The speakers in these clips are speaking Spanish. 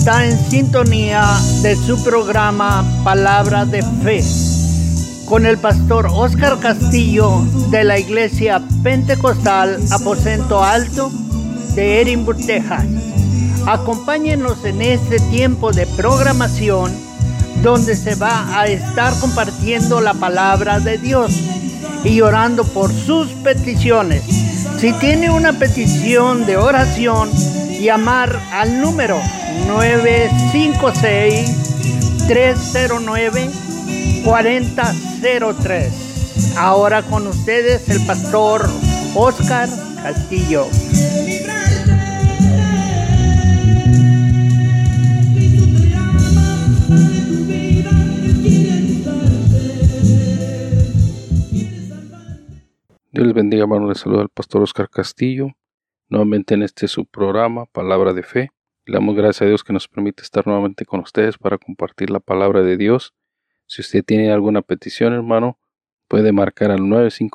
Está en sintonía de su programa Palabra de Fe con el pastor Oscar Castillo de la Iglesia Pentecostal Aposento Alto de Edinburgh, Texas. Acompáñenos en este tiempo de programación donde se va a estar compartiendo la palabra de Dios y orando por sus peticiones. Si tiene una petición de oración, llamar al número 956-309-4003. Ahora con ustedes el pastor Oscar Castillo. Dios les bendiga, hermanos. Les saluda el pastor Oscar Castillo, nuevamente en este su programa, Palabra de Fe. Le damos gracias a Dios que nos permite estar nuevamente con ustedes para compartir la palabra de Dios. Si usted tiene alguna petición, hermano, puede marcar al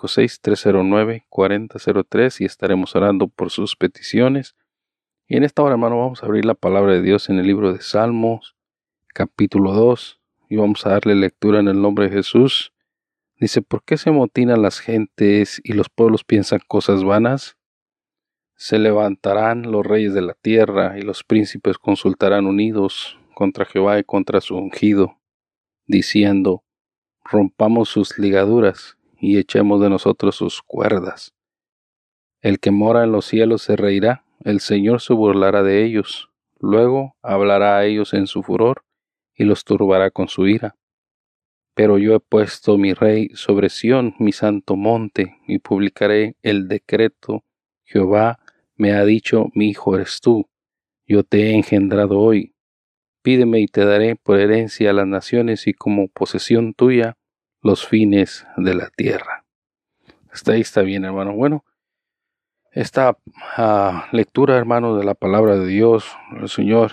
956-309-4003 y estaremos orando por sus peticiones. Y en esta hora, hermano, vamos a abrir la palabra de Dios en el libro de Salmos, capítulo 2, y vamos a darle lectura en el nombre de Jesús. Dice: ¿por qué se amotinan las gentes y los pueblos piensan cosas vanas? Se levantarán los reyes de la tierra y los príncipes consultarán unidos contra Jehová y contra su ungido, diciendo: rompamos sus ligaduras y echemos de nosotros sus cuerdas. El que mora en los cielos se reirá, el Señor se burlará de ellos, luego hablará a ellos en su furor y los turbará con su ira. Pero yo he puesto mi rey sobre Sión, mi santo monte, y publicaré el decreto. Jehová me ha dicho: mi hijo eres tú, yo te he engendrado hoy. Pídeme y te daré por herencia a las naciones y como posesión tuya los fines de la tierra. Hasta ahí está bien, hermano. Bueno, esta lectura, hermano, de la palabra de Dios, el Señor,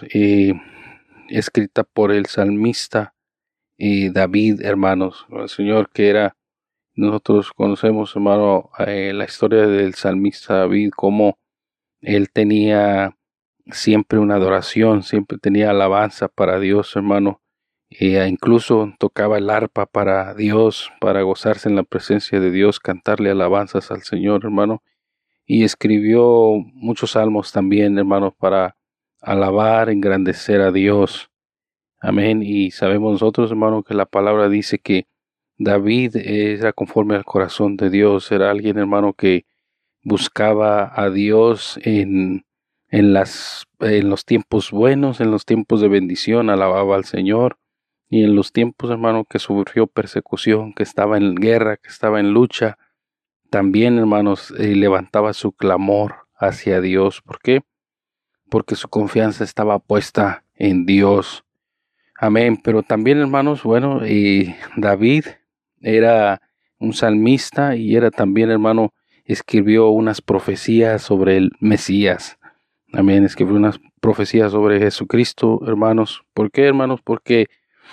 escrita por el salmista David, hermanos. El Señor, que era, nosotros conocemos, hermano, la historia del salmista David, cómo él tenía siempre una adoración, siempre tenía alabanza para Dios, hermano. Incluso tocaba el arpa para Dios, para gozarse en la presencia de Dios, cantarle alabanzas al Señor, hermano. Y escribió muchos salmos también, hermano, para alabar, engrandecer a Dios. Amén. Y sabemos nosotros, hermano, que la palabra dice que David era conforme al corazón de Dios. Era alguien, hermano, que buscaba a Dios en los tiempos buenos, en los tiempos de bendición, alababa al Señor. Y en los tiempos, hermano, que sufrió persecución, que estaba en guerra, que estaba en lucha, también, hermanos, levantaba su clamor hacia Dios. ¿Por qué? Porque su confianza estaba puesta en Dios. Amén. Pero también, hermanos, bueno, David era un salmista y era también, hermano, escribió unas profecías sobre el Mesías. Amén. Escribió unas profecías sobre Jesucristo, hermanos. ¿Por qué, hermanos? Porque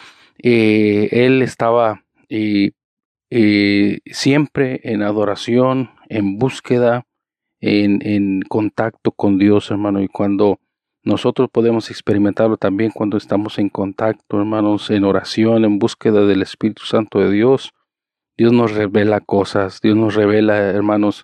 él estaba siempre en adoración, en búsqueda, en contacto con Dios, hermano. Y cuando nosotros podemos experimentarlo también cuando estamos en contacto, hermanos, en oración, en búsqueda del Espíritu Santo de Dios. Dios nos revela cosas, Dios nos revela, hermanos,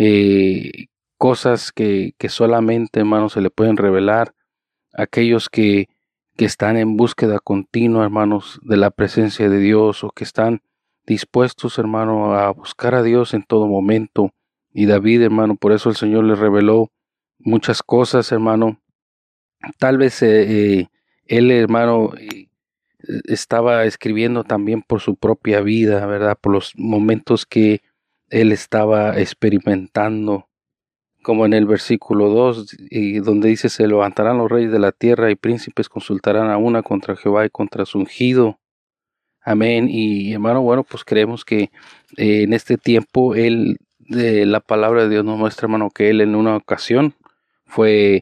cosas que solamente, hermanos, se le pueden revelar a aquellos que están en búsqueda continua, hermanos, de la presencia de Dios, o que están dispuestos, hermano, a buscar a Dios en todo momento. Y David, hermano, por eso el Señor le reveló muchas cosas, hermano. Tal vez él, hermano, estaba escribiendo también por su propia vida, ¿verdad? Por los momentos que él estaba experimentando, como en el versículo 2, donde dice: se levantarán los reyes de la tierra y príncipes consultarán a una contra Jehová y contra su ungido. Amén. Y hermano, bueno, pues creemos que en este tiempo la palabra de Dios nos muestra, hermano, que él en una ocasión fue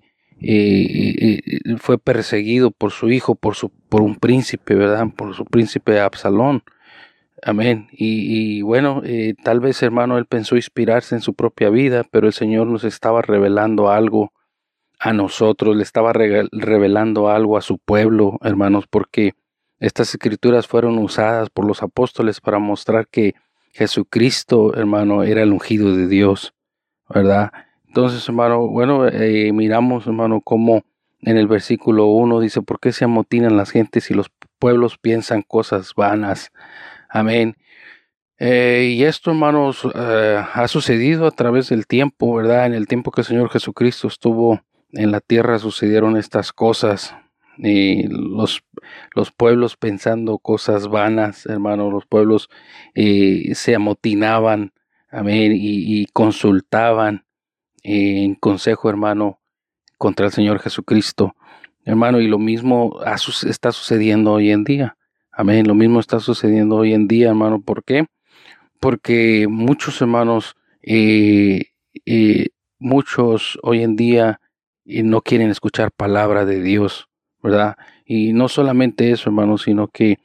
perseguido por su hijo, por un príncipe, ¿verdad? Por su príncipe Absalón. Amén. Y bueno, tal vez, hermano, él pensó inspirarse en su propia vida, pero el Señor nos estaba revelando algo a nosotros, le estaba revelando algo a su pueblo, hermanos, porque estas escrituras fueron usadas por los apóstoles para mostrar que Jesucristo, hermano, era el ungido de Dios, ¿verdad? Entonces, hermano, bueno, miramos, hermano, cómo en el versículo 1 dice, ¿por qué se amotinan las gentes y los pueblos piensan cosas vanas? Amén. Y esto, hermanos, ha sucedido a través del tiempo, ¿verdad? En el tiempo que el Señor Jesucristo estuvo en la tierra sucedieron estas cosas. Y los pueblos pensando cosas vanas, hermano, los pueblos se amotinaban, amén, y consultaban en consejo, hermano, contra el Señor Jesucristo, hermano, y lo mismo está sucediendo hoy en día, amén, lo mismo está sucediendo hoy en día, hermano. ¿Por qué? Porque muchos hermanos, muchos hoy en día no quieren escuchar palabra de Dios, ¿verdad? Y no solamente eso, hermanos, sino que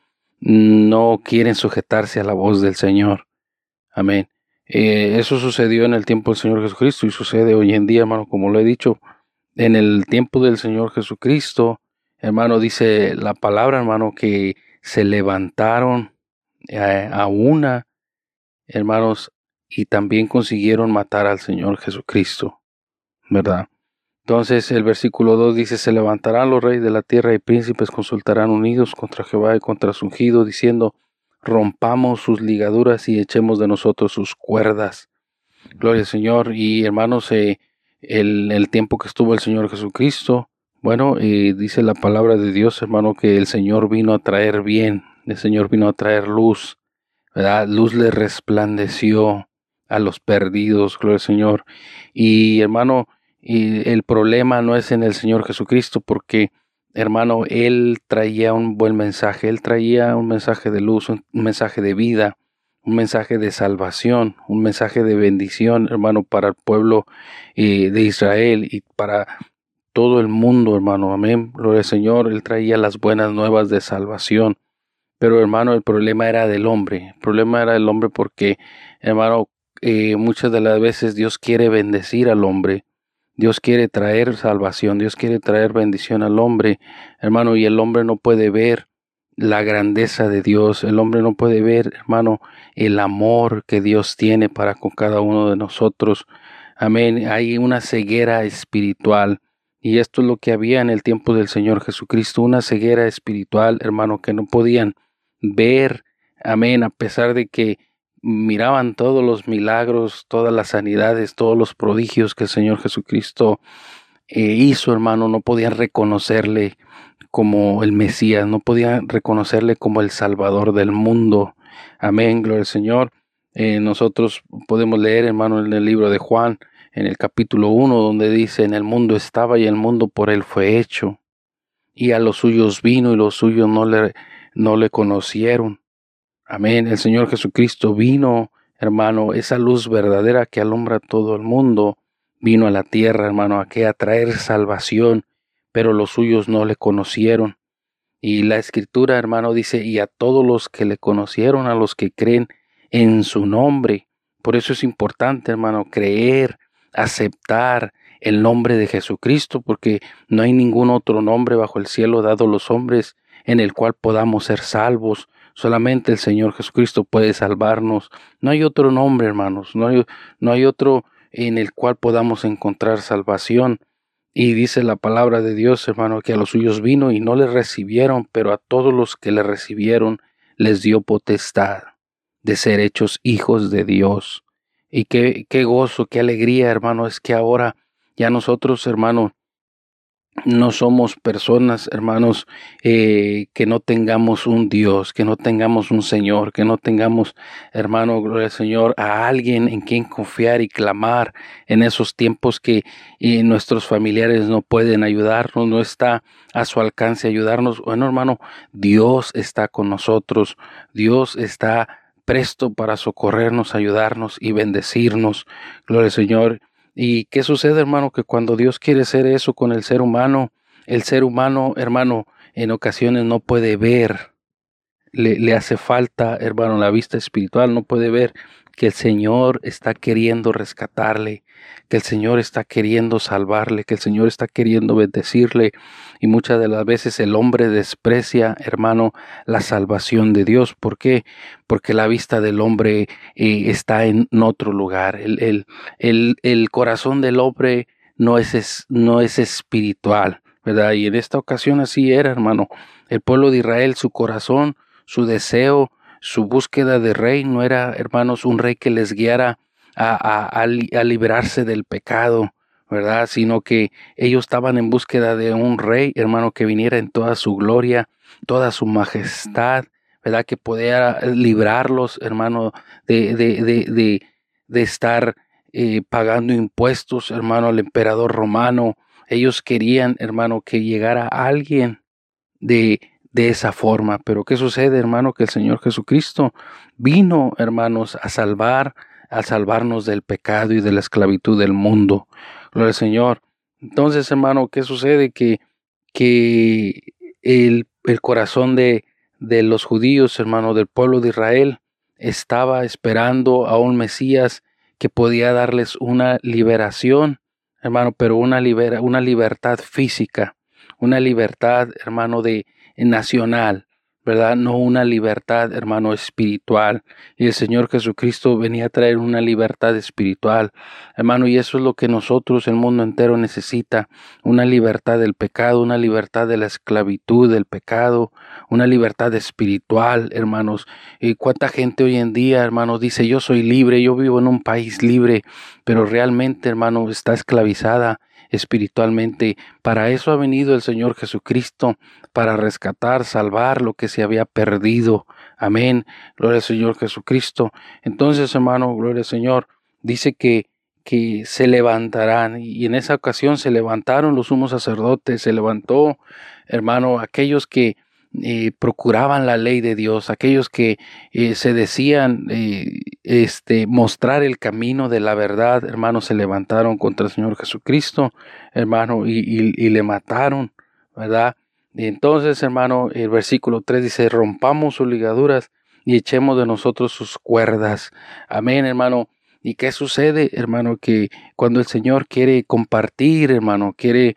no quieren sujetarse a la voz del Señor. Amén. Eso sucedió en el tiempo del Señor Jesucristo y sucede hoy en día, hermano, como lo he dicho, en el tiempo del Señor Jesucristo, hermano, dice la palabra, hermano, que se levantaron a una, hermanos, y también consiguieron matar al Señor Jesucristo, ¿verdad? Entonces el versículo 2 dice, se levantarán los reyes de la tierra y príncipes consultarán unidos contra Jehová y contra su ungido, diciendo, rompamos sus ligaduras y echemos de nosotros sus cuerdas. Gloria al Señor. Y hermanos, el tiempo que estuvo el Señor Jesucristo, bueno, dice la palabra de Dios, hermano, que el Señor vino a traer bien, el Señor vino a traer luz, ¿verdad? Luz le resplandeció a los perdidos, gloria al Señor. Y hermano, y el problema no es en el Señor Jesucristo, porque hermano, Él traía un buen mensaje, Él traía un mensaje de luz, un mensaje de vida, un mensaje de salvación, un mensaje de bendición, hermano, para el pueblo de Israel y para todo el mundo, hermano, amén, gloria al Señor. Él traía las buenas nuevas de salvación. Pero hermano, el problema era del hombre. El problema era del hombre porque, hermano, muchas de las veces Dios quiere bendecir al hombre. Dios quiere traer salvación. Dios quiere traer bendición al hombre, hermano, y el hombre no puede ver la grandeza de Dios. El hombre no puede ver, hermano, el amor que Dios tiene para con cada uno de nosotros. Amén. Hay una ceguera espiritual. Y esto es lo que había en el tiempo del Señor Jesucristo, una ceguera espiritual, hermano, que no podían ver, amén, a pesar de que miraban todos los milagros, todas las sanidades, todos los prodigios que el Señor Jesucristo hizo, hermano, no podían reconocerle como el Mesías, no podían reconocerle como el Salvador del mundo. Amén, gloria al Señor. Nosotros podemos leer, hermano, en el libro de Juan, en el capítulo 1, donde dice, en el mundo estaba y el mundo por él fue hecho. Y a los suyos vino y los suyos no le conocieron. Amén. El Señor Jesucristo vino, hermano, esa luz verdadera que alumbra a todo el mundo, vino a la tierra, hermano, a traer salvación, pero los suyos no le conocieron. Y la Escritura, hermano, dice, y a todos los que le conocieron, a los que creen en su nombre. Por eso es importante, hermano, creer, aceptar el nombre de Jesucristo, porque no hay ningún otro nombre bajo el cielo dado a los hombres en el cual podamos ser salvos. Solamente el Señor Jesucristo puede salvarnos. No hay otro nombre, hermanos, no hay otro en el cual podamos encontrar salvación. Y dice la palabra de Dios, hermano, que a los suyos vino y no le recibieron, pero a todos los que le recibieron les dio potestad de ser hechos hijos de Dios. Y qué gozo, qué alegría, hermano, es que ahora ya nosotros, hermano, no somos personas, hermanos, que no tengamos un Dios, que no tengamos un Señor, que no tengamos, hermano, gloria al Señor, a alguien en quien confiar y clamar en esos tiempos que nuestros familiares no pueden ayudarnos, no está a su alcance ayudarnos. Bueno, hermano, Dios está con nosotros, Dios está presto para socorrernos, ayudarnos y bendecirnos. Gloria al Señor. ¿Y qué sucede, hermano? Que cuando Dios quiere hacer eso con el ser humano, hermano, en ocasiones no puede ver le hace falta, hermano, la vista espiritual. No puede ver que el Señor está queriendo rescatarle, que el Señor está queriendo salvarle, que el Señor está queriendo bendecirle. Y muchas de las veces el hombre desprecia, hermano, la salvación de Dios. ¿Por qué? Porque la vista del hombre está en otro lugar. El corazón del hombre no es espiritual, ¿verdad? Y en esta ocasión así era, hermano. El pueblo de Israel, su corazón, su deseo, su búsqueda de rey no era, hermanos, un rey que les guiara a liberarse del pecado, ¿verdad? Sino que ellos estaban en búsqueda de un rey, hermano, que viniera en toda su gloria, toda su majestad, ¿verdad? Que pudiera librarlos, hermano, de estar pagando impuestos, hermano, al emperador romano. Ellos querían, hermano, que llegara alguien de esa forma. Pero ¿qué sucede, hermano? Que el Señor Jesucristo vino, hermanos, a salvarnos del pecado y de la esclavitud del mundo. Gloria al Señor. Entonces, hermano, ¿qué sucede? Que el corazón de los judíos, hermano, del pueblo de Israel, estaba esperando a un Mesías que podía darles una liberación, hermano, pero una libertad física, una libertad, hermano, nacional, ¿verdad? No una libertad, hermano, espiritual. Y el Señor Jesucristo venía a traer una libertad espiritual, hermano, y eso es lo que nosotros, el mundo entero, necesita: una libertad del pecado, una libertad de la esclavitud del pecado, una libertad espiritual, hermanos. Y cuánta gente hoy en día, hermano, dice: yo soy libre, yo vivo en un país libre, pero realmente, hermano, está esclavizada espiritualmente. Para eso ha venido el Señor Jesucristo, para rescatar, salvar lo que se había perdido. Amén. Gloria al Señor Jesucristo. Entonces, hermano, gloria al Señor, dice que se levantarán, y en esa ocasión se levantaron los sumos sacerdotes, se levantó, hermano, aquellos que procuraban la ley de Dios, aquellos que se decían mostrar el camino de la verdad, hermano, se levantaron contra el Señor Jesucristo, hermano, y le mataron, ¿verdad? Y entonces, hermano, el versículo 3 dice: rompamos sus ligaduras y echemos de nosotros sus cuerdas. Amén, hermano. ¿Y qué sucede, hermano? Que cuando el Señor quiere compartir, hermano,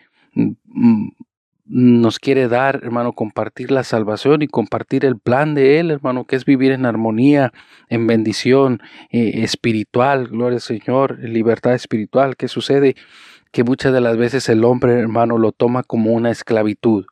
nos quiere dar, hermano, compartir la salvación y compartir el plan de Él, hermano, que es vivir en armonía, en bendición espiritual, gloria al Señor, en libertad espiritual. ¿Qué sucede? Que muchas de las veces el hombre, hermano, lo toma como una esclavitud.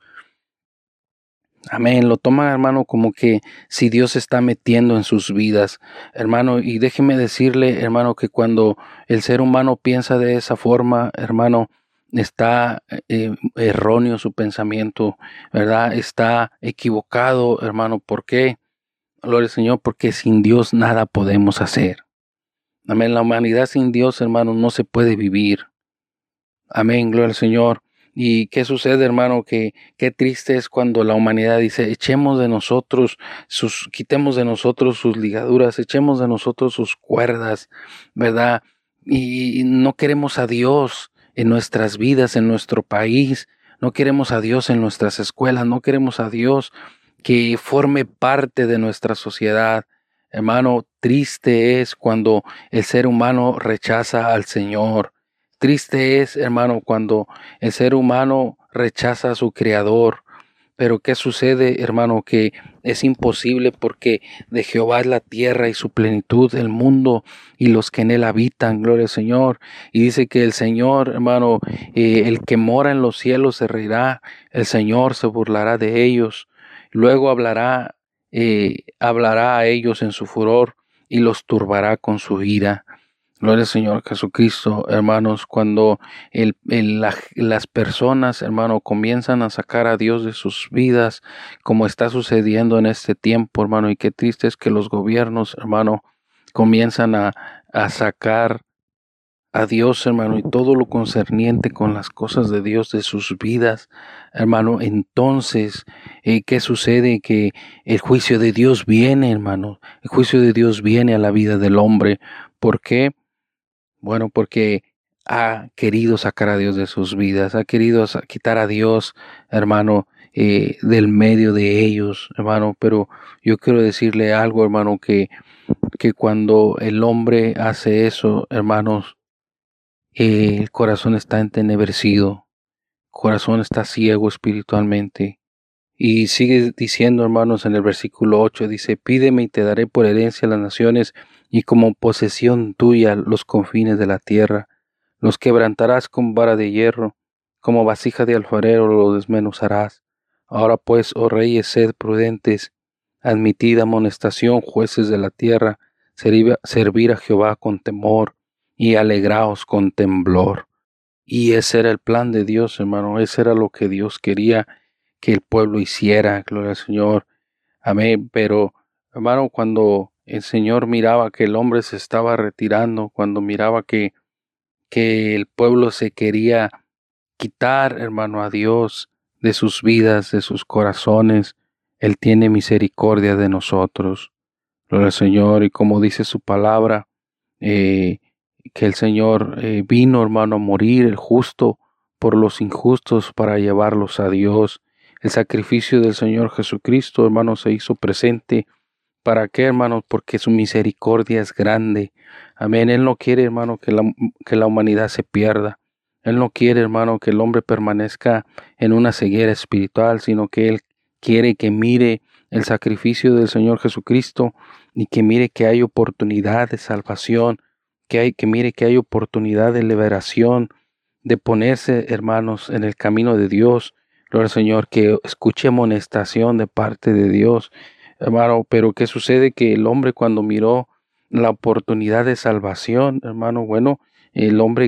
Amén, lo toma, hermano, como que si Dios se está metiendo en sus vidas, hermano. Y déjeme decirle, hermano, que cuando el ser humano piensa de esa forma, hermano, está erróneo su pensamiento, ¿verdad? Está equivocado, hermano. ¿Por qué? Gloria al Señor, porque sin Dios nada podemos hacer. Amén, la humanidad sin Dios, hermano, no se puede vivir. Amén, gloria al Señor. ¿Y qué sucede, hermano? Que qué triste es cuando la humanidad dice: echemos de nosotros quitemos de nosotros sus ligaduras, echemos de nosotros sus cuerdas, ¿verdad? Y no queremos a Dios en nuestras vidas, en nuestro país, no queremos a Dios en nuestras escuelas, no queremos a Dios que forme parte de nuestra sociedad. Hermano, triste es cuando el ser humano rechaza al Señor. Triste es, hermano, cuando el ser humano rechaza a su Creador. Pero ¿qué sucede, hermano? Que es imposible, porque de Jehová es la tierra y su plenitud, el mundo y los que en él habitan, gloria al Señor. Y dice que el Señor, hermano, el que mora en los cielos se reirá, el Señor se burlará de ellos. Luego hablará a ellos en su furor y los turbará con su ira. Gloria al Señor Jesucristo, hermanos. Cuando las personas, hermano, comienzan a sacar a Dios de sus vidas, como está sucediendo en este tiempo, hermano, y qué triste es que los gobiernos, hermano, comienzan a sacar a Dios, hermano, y todo lo concerniente con las cosas de Dios de sus vidas, hermano. Entonces, ¿qué sucede? Que el juicio de Dios viene, hermano. El juicio de Dios viene a la vida del hombre. ¿Por qué? Bueno, porque ha querido sacar a Dios de sus vidas, ha querido quitar a Dios, hermano, del medio de ellos, hermano. Pero yo quiero decirle algo, hermano, que cuando el hombre hace eso, hermanos, el corazón está entenebrecido, el corazón está ciego espiritualmente. Y sigue diciendo, hermanos, en el versículo 8, dice, pídeme y te daré por herencia las naciones y como posesión tuya los confines de la tierra. Los quebrantarás con vara de hierro, como vasija de alfarero lo desmenuzarás. Ahora pues, oh reyes, sed prudentes, admitid amonestación, jueces de la tierra, servir a Jehová con temor y alegraos con temblor. Y ese era el plan de Dios, hermano, ese era lo que Dios quería que el pueblo hiciera, gloria al Señor, amén. Pero, hermano, cuando el Señor miraba que el hombre se estaba retirando, cuando miraba que el pueblo se quería quitar, hermano, a Dios de sus vidas, de sus corazones, Él tiene misericordia de nosotros, gloria al Señor. Y como dice su palabra, que el Señor vino, hermano, a morir el justo por los injustos para llevarlos a Dios. El sacrificio del Señor Jesucristo, hermano, se hizo presente. ¿Para qué, hermanos? Porque su misericordia es grande. Amén. Él no quiere, hermano, que la humanidad se pierda. Él no quiere, hermano, que el hombre permanezca en una ceguera espiritual, sino que Él quiere que mire el sacrificio del Señor Jesucristo y que mire que hay oportunidad de salvación, que mire que hay oportunidad de liberación, de ponerse, hermanos, en el camino de Dios. Gloria al Señor, que escuche amonestación de parte de Dios, hermano. Pero ¿qué sucede? Que el hombre, cuando miró la oportunidad de salvación, hermano, bueno, el hombre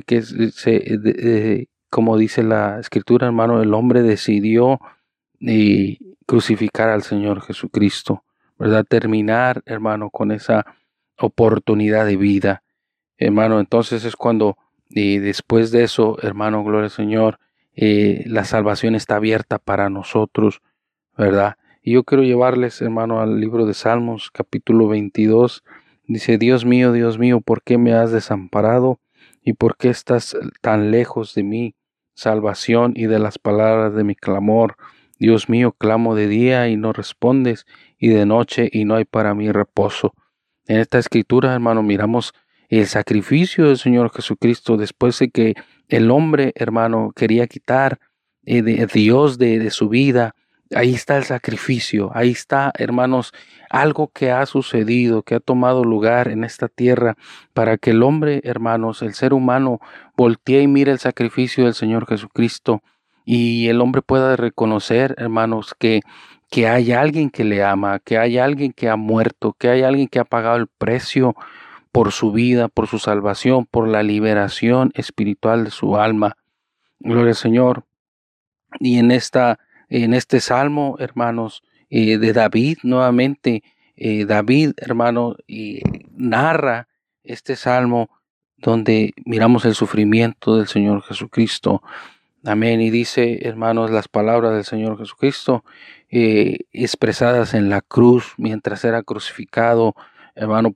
como dice la Escritura, hermano, el hombre decidió crucificar al Señor Jesucristo, ¿verdad? Terminar, hermano, con esa oportunidad de vida, hermano. Entonces es cuando, después de eso, hermano, gloria al Señor, la salvación está abierta para nosotros, ¿verdad? Y yo quiero llevarles, hermano, al libro de Salmos, capítulo 22. Dice, Dios mío, ¿por qué me has desamparado? ¿Y por qué estás tan lejos de mí? Salvación y de las palabras de mi clamor. Dios mío, clamo de día y no respondes, y de noche y no hay para mí reposo. En esta escritura, hermano, miramos el sacrificio del Señor Jesucristo después de que el hombre, hermano, quería quitar de Dios de su vida. Ahí está el sacrificio, ahí está, hermanos, algo que ha sucedido, que ha tomado lugar en esta tierra para que el hombre, hermanos, el ser humano, voltee y mire el sacrificio del Señor Jesucristo y el hombre pueda reconocer, hermanos, que hay alguien que le ama, que hay alguien que ha muerto, que hay alguien que ha pagado el precio por su vida, por su salvación, por la liberación espiritual de su alma. Gloria al Señor. Y en este salmo, hermanos, de David, nuevamente, David, hermano, narra este salmo donde miramos el sufrimiento del Señor Jesucristo. Amén. Y dice, hermanos, las palabras del Señor Jesucristo expresadas en la cruz mientras era crucificado, hermano,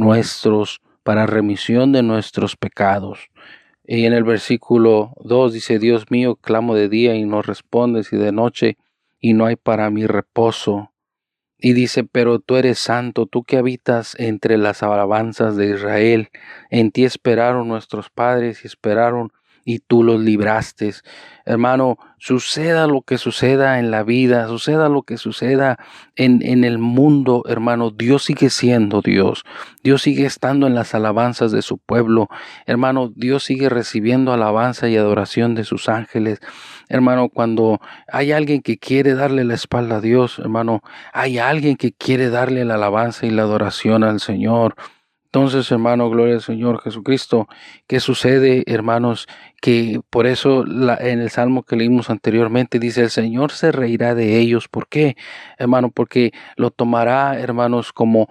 para remisión de nuestros pecados. Y en el versículo 2 dice, Dios mío, clamo de día y no respondes, y de noche y no hay para mí reposo. Y dice, pero tú eres santo, tú que habitas entre las alabanzas de Israel. En ti esperaron nuestros padres y esperaron y tú los libraste. Hermano, suceda lo que suceda en la vida, suceda lo que suceda en el mundo, hermano, Dios sigue siendo Dios. Dios sigue estando en las alabanzas de su pueblo. Hermano, Dios sigue recibiendo alabanza y adoración de sus ángeles. Hermano, cuando hay alguien que quiere darle la espalda a Dios, hermano, hay alguien que quiere darle la alabanza y la adoración al Señor. Entonces, hermano, gloria al Señor Jesucristo. ¿Qué sucede, hermanos? Que por eso en el salmo que leímos anteriormente dice, el Señor se reirá de ellos. ¿Por qué, hermano? Porque lo tomará, hermanos, como,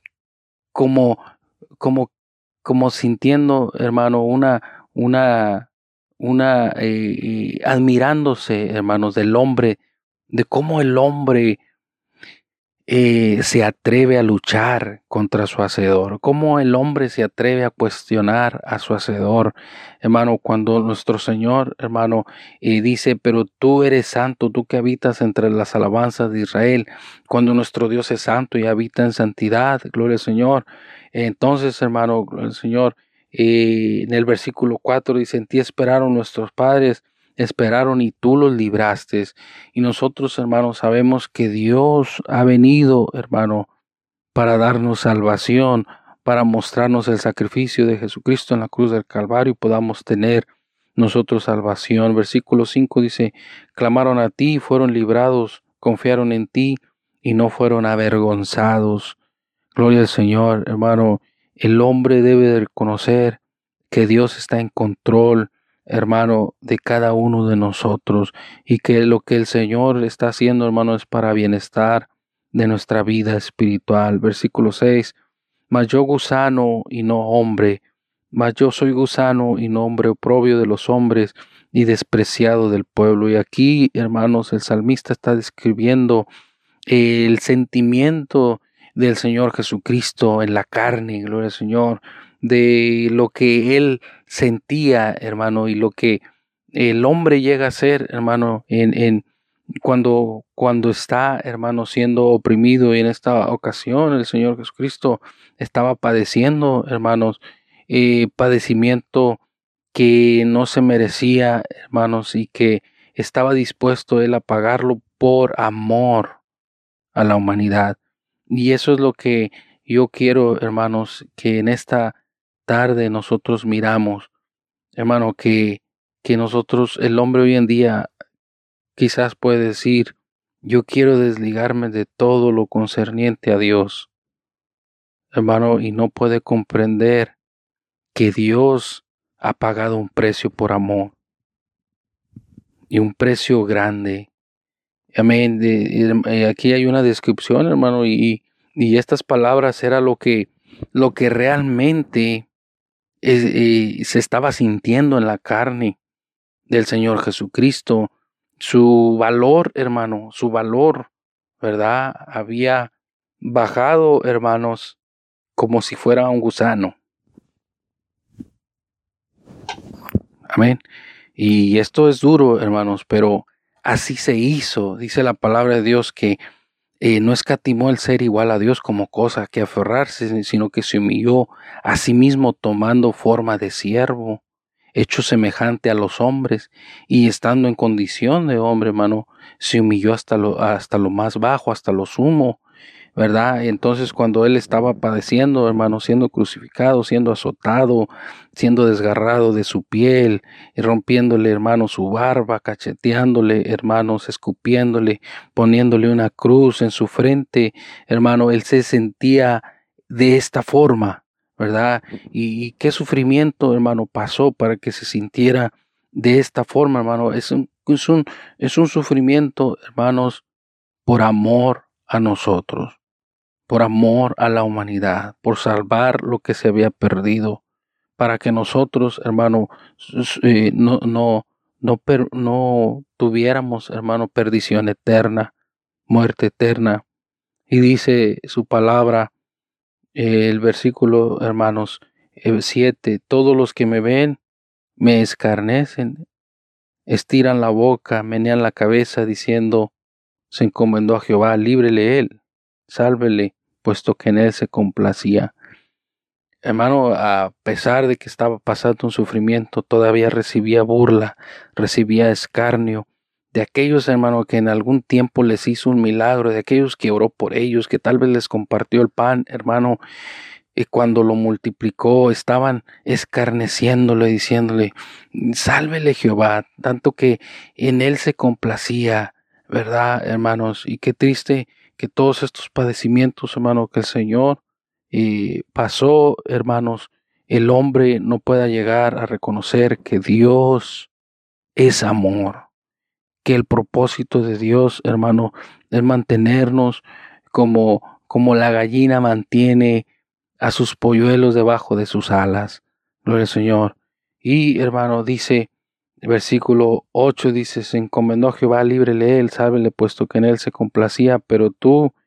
como, como sintiendo, hermano, admirándose, hermanos, del hombre, de cómo el hombre se atreve a luchar contra su hacedor? ¿Cómo el hombre se atreve a cuestionar a su hacedor? Hermano, cuando nuestro Señor, hermano, dice, pero tú eres santo, tú que habitas entre las alabanzas de Israel, cuando nuestro Dios es santo y habita en santidad, gloria al Señor. Entonces, hermano, gloria al Señor, en el versículo 4 dice, en ti esperaron nuestros padres, esperaron y tú los libraste. Y nosotros, hermanos, sabemos que Dios ha venido, hermano, para darnos salvación, para mostrarnos el sacrificio de Jesucristo en la cruz del Calvario y podamos tener nosotros salvación. Versículo 5 dice, clamaron a ti, fueron librados, confiaron en ti y no fueron avergonzados. Gloria al Señor, hermano. El hombre debe de reconocer que Dios está en control, hermano, de cada uno de nosotros y que lo que el Señor está haciendo, hermano, es para bienestar de nuestra vida espiritual. Versículo 6, mas yo gusano y no hombre, mas yo soy gusano y no hombre, oprobio de los hombres y despreciado del pueblo. Y aquí, hermanos, el salmista está describiendo el sentimiento del Señor Jesucristo en la carne, gloria al Señor, de lo que Él sentía, hermano, y lo que el hombre llega a ser, hermano, cuando está, hermano, siendo oprimido. Y en esta ocasión el Señor Jesucristo estaba padeciendo, hermanos, padecimiento que no se merecía, hermanos, y que estaba dispuesto Él a pagarlo por amor a la humanidad. Y eso es lo que yo quiero, hermanos, que en esta tarde nosotros miramos, hermano, que nosotros, el hombre hoy en día, quizás puede decir, yo quiero desligarme de todo lo concerniente a Dios, hermano, y no puede comprender que Dios ha pagado un precio por amor y un precio grande. Amén. Aquí hay una descripción, hermano, y estas palabras era lo que realmente se estaba sintiendo en la carne del Señor Jesucristo. Su valor, hermano, su valor, ¿verdad? Había bajado, hermanos, como si fuera un gusano. Amén. Y esto es duro, hermanos, pero así se hizo. Dice la palabra de Dios que no escatimó el ser igual a Dios como cosa que aferrarse, sino que se humilló a sí mismo tomando forma de siervo, hecho semejante a los hombres, y estando en condición de hombre, hermano, se humilló hasta lo más bajo, hasta lo sumo, ¿verdad? Entonces cuando Él estaba padeciendo, hermano, siendo crucificado, siendo azotado, siendo desgarrado de su piel, y rompiéndole, hermano, su barba, cacheteándole, hermanos, escupiéndole, poniéndole una cruz en su frente, hermano, Él se sentía de esta forma, ¿verdad? Y qué sufrimiento, hermano, pasó para que se sintiera de esta forma, hermano. Es un sufrimiento, hermanos, por amor a nosotros, por amor a la humanidad, por salvar lo que se había perdido, para que nosotros, hermano, no tuviéramos, hermano, perdición eterna, muerte eterna. Y dice su palabra, el versículo, hermanos, 7, todos los que me ven me escarnecen, estiran la boca, menean la cabeza, diciendo, se encomendó a Jehová, líbrele él, sálvele, puesto que en él se complacía. Hermano, a pesar de que estaba pasando un sufrimiento, todavía recibía burla, recibía escarnio de aquellos, hermano, que en algún tiempo les hizo un milagro, de aquellos que oró por ellos, que tal vez les compartió el pan, hermano, y cuando lo multiplicó, estaban escarneciéndole, diciéndole, sálvele Jehová, tanto que en él se complacía, ¿verdad, hermanos? Y qué triste que todos estos padecimientos, hermano, que el Señor pasó, hermanos, el hombre no pueda llegar a reconocer que Dios es amor, que el propósito de Dios, hermano, es mantenernos como la gallina mantiene a sus polluelos debajo de sus alas. Gloria al Señor. Y, hermano, dice, versículo 8, dice, se encomendó a Jehová, líbrele él, sálvele, puesto que en él se complacía, pero tú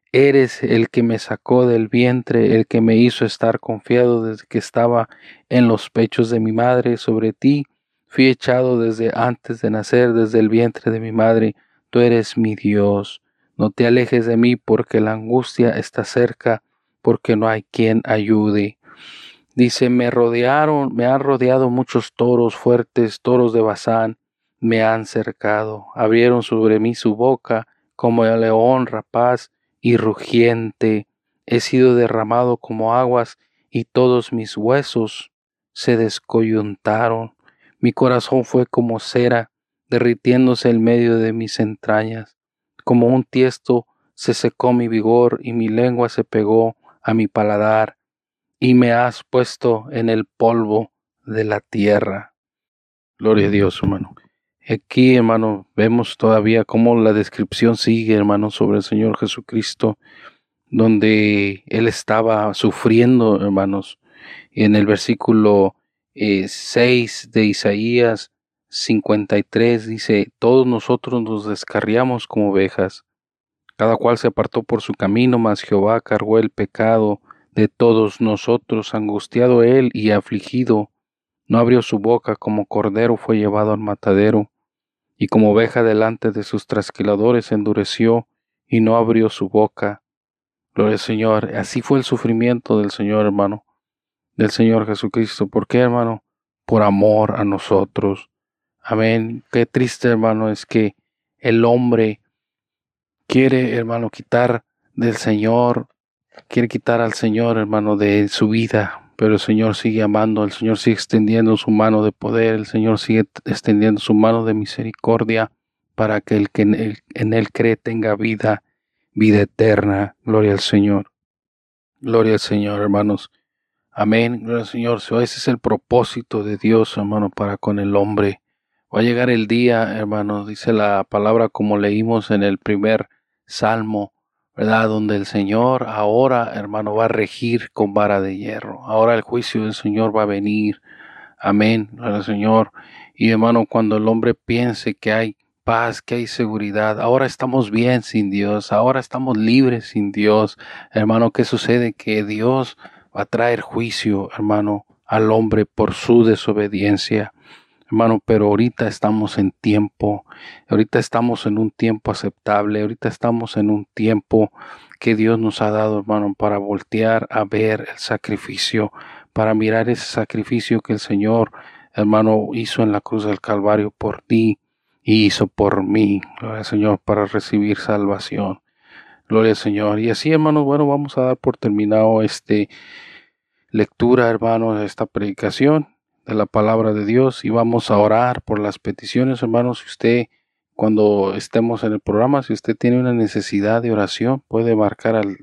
Eres el que me sacó del vientre, el que me hizo estar confiado desde que estaba en los pechos de mi madre. Sobre ti fui echado desde antes de nacer, desde el vientre de mi madre. Tú eres mi Dios. No te alejes de mí, porque la angustia está cerca, porque no hay quien ayude. Dice, me han rodeado muchos toros fuertes, toros de Basán, me han cercado. Abrieron sobre mí su boca, como el león rapaz y rugiente. He sido derramado como aguas, y todos mis huesos se descoyuntaron. Mi corazón fue como cera, derritiéndose en medio de mis entrañas. Como un tiesto se secó mi vigor, y mi lengua se pegó a mi paladar, y me has puesto en el polvo de la tierra. Gloria a Dios, hermano. Aquí, hermano, vemos todavía cómo la descripción sigue, hermano, sobre el Señor Jesucristo, donde Él estaba sufriendo, hermanos. Y en el versículo 6 de Isaías 53 dice, todos nosotros nos descarriamos como ovejas, cada cual se apartó por su camino, mas Jehová cargó el pecado de todos nosotros. Angustiado él y afligido, no abrió su boca. Como cordero fue llevado al matadero, y como oveja delante de sus trasquiladores endureció y no abrió su boca. Gloria al Señor. Así fue el sufrimiento del Señor, hermano, del Señor Jesucristo. ¿Por qué, hermano? Por amor a nosotros. Amén. Qué triste, hermano, es que el hombre quiere, hermano, quitar al Señor, hermano, de su vida, pero el Señor sigue amando, el Señor sigue extendiendo su mano de poder, el Señor sigue extendiendo su mano de misericordia para que el que en él cree tenga vida eterna. Gloria al Señor. Gloria al Señor, hermanos. Amén. Gloria al Señor. Ese es el propósito de Dios, hermano, para con el hombre. Va a llegar el día, hermano, dice la palabra como leímos en el primer Salmo, ¿verdad? Donde el Señor ahora, hermano, va a regir con vara de hierro. Ahora el juicio del Señor va a venir. Amén, gloria al Señor. Y hermano, cuando el hombre piense que hay paz, que hay seguridad, ahora estamos bien sin Dios, ahora estamos libres sin Dios. Hermano, ¿qué sucede? Que Dios va a traer juicio, hermano, al hombre por su desobediencia. Hermano, pero ahorita estamos en tiempo, ahorita estamos en un tiempo aceptable, ahorita estamos en un tiempo que Dios nos ha dado, hermano, para voltear a ver el sacrificio, para mirar ese sacrificio que el Señor, hermano, hizo en la cruz del Calvario por ti y hizo por mí, gloria al Señor, para recibir salvación. Gloria al Señor. Y así, hermanos, bueno, vamos a dar por terminado lectura, hermanos, de esta predicación de la palabra de Dios, y vamos a orar por las peticiones, hermanos. Si usted, cuando estemos en el programa, si usted tiene una necesidad de oración, puede marcar al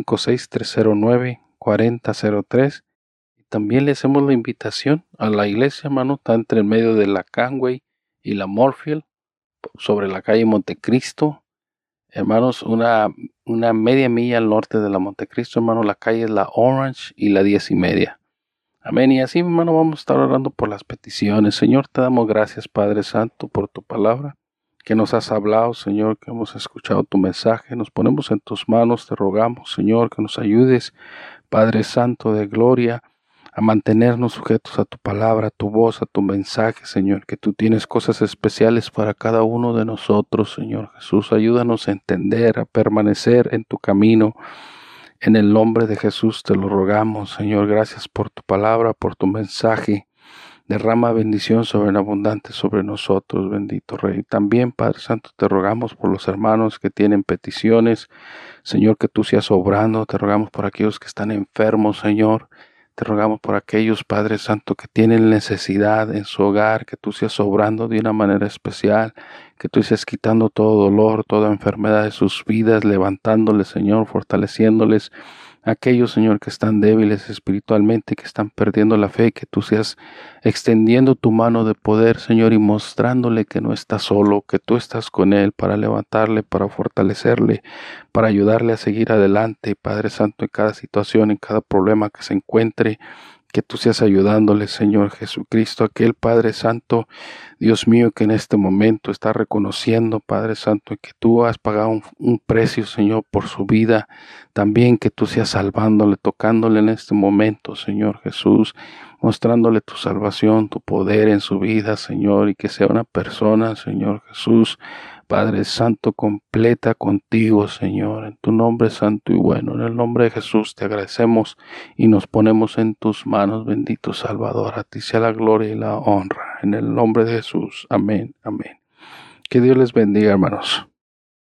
956-309-4003. Y también le hacemos la invitación a la iglesia, hermano, está entre el medio de la Canway y la Moorfield, sobre la calle Montecristo. Hermanos, una media milla al norte de la Montecristo, hermano, la calle es la Orange y la 10:30. Amén. Y así, hermano, vamos a estar orando por las peticiones. Señor, te damos gracias, Padre Santo, por tu palabra que nos has hablado, Señor, que hemos escuchado tu mensaje. Nos ponemos en tus manos, te rogamos, Señor, que nos ayudes, Padre Santo de gloria, a mantenernos sujetos a tu palabra, a tu voz, a tu mensaje, Señor, que tú tienes cosas especiales para cada uno de nosotros, Señor Jesús. Ayúdanos a entender, a permanecer en tu camino. En el nombre de Jesús te lo rogamos, Señor. Gracias por tu palabra, por tu mensaje. Derrama bendición sobreabundante sobre nosotros, bendito Rey. También, Padre Santo, te rogamos por los hermanos que tienen peticiones. Señor, que tú seas obrando. Te rogamos por aquellos que están enfermos, Señor. Te rogamos por aquellos, Padre Santo, que tienen necesidad en su hogar, que tú seas obrando de una manera especial, que tú seas quitando todo dolor, toda enfermedad de sus vidas, levantándoles, Señor, fortaleciéndoles. Aquellos, Señor, que están débiles espiritualmente, que están perdiendo la fe, que tú seas extendiendo tu mano de poder, Señor, y mostrándole que no está solo, que tú estás con él para levantarle, para fortalecerle, para ayudarle a seguir adelante, Padre Santo, en cada situación, en cada problema que se encuentre. que tú seas ayudándole, Señor Jesucristo, aquel Padre Santo, Dios mío, que en este momento está reconociendo, Padre Santo, que tú has pagado un precio, Señor, por su vida. También que tú seas salvándole, tocándole en este momento, Señor Jesús, mostrándole tu salvación, tu poder en su vida, Señor, y que sea una persona, Señor Jesús, Padre Santo, completa contigo, Señor, en tu nombre santo y bueno. En el nombre de Jesús te agradecemos y nos ponemos en tus manos, bendito Salvador. A ti sea la gloria y la honra. En el nombre de Jesús. Amén, amén. Que Dios les bendiga, hermanos.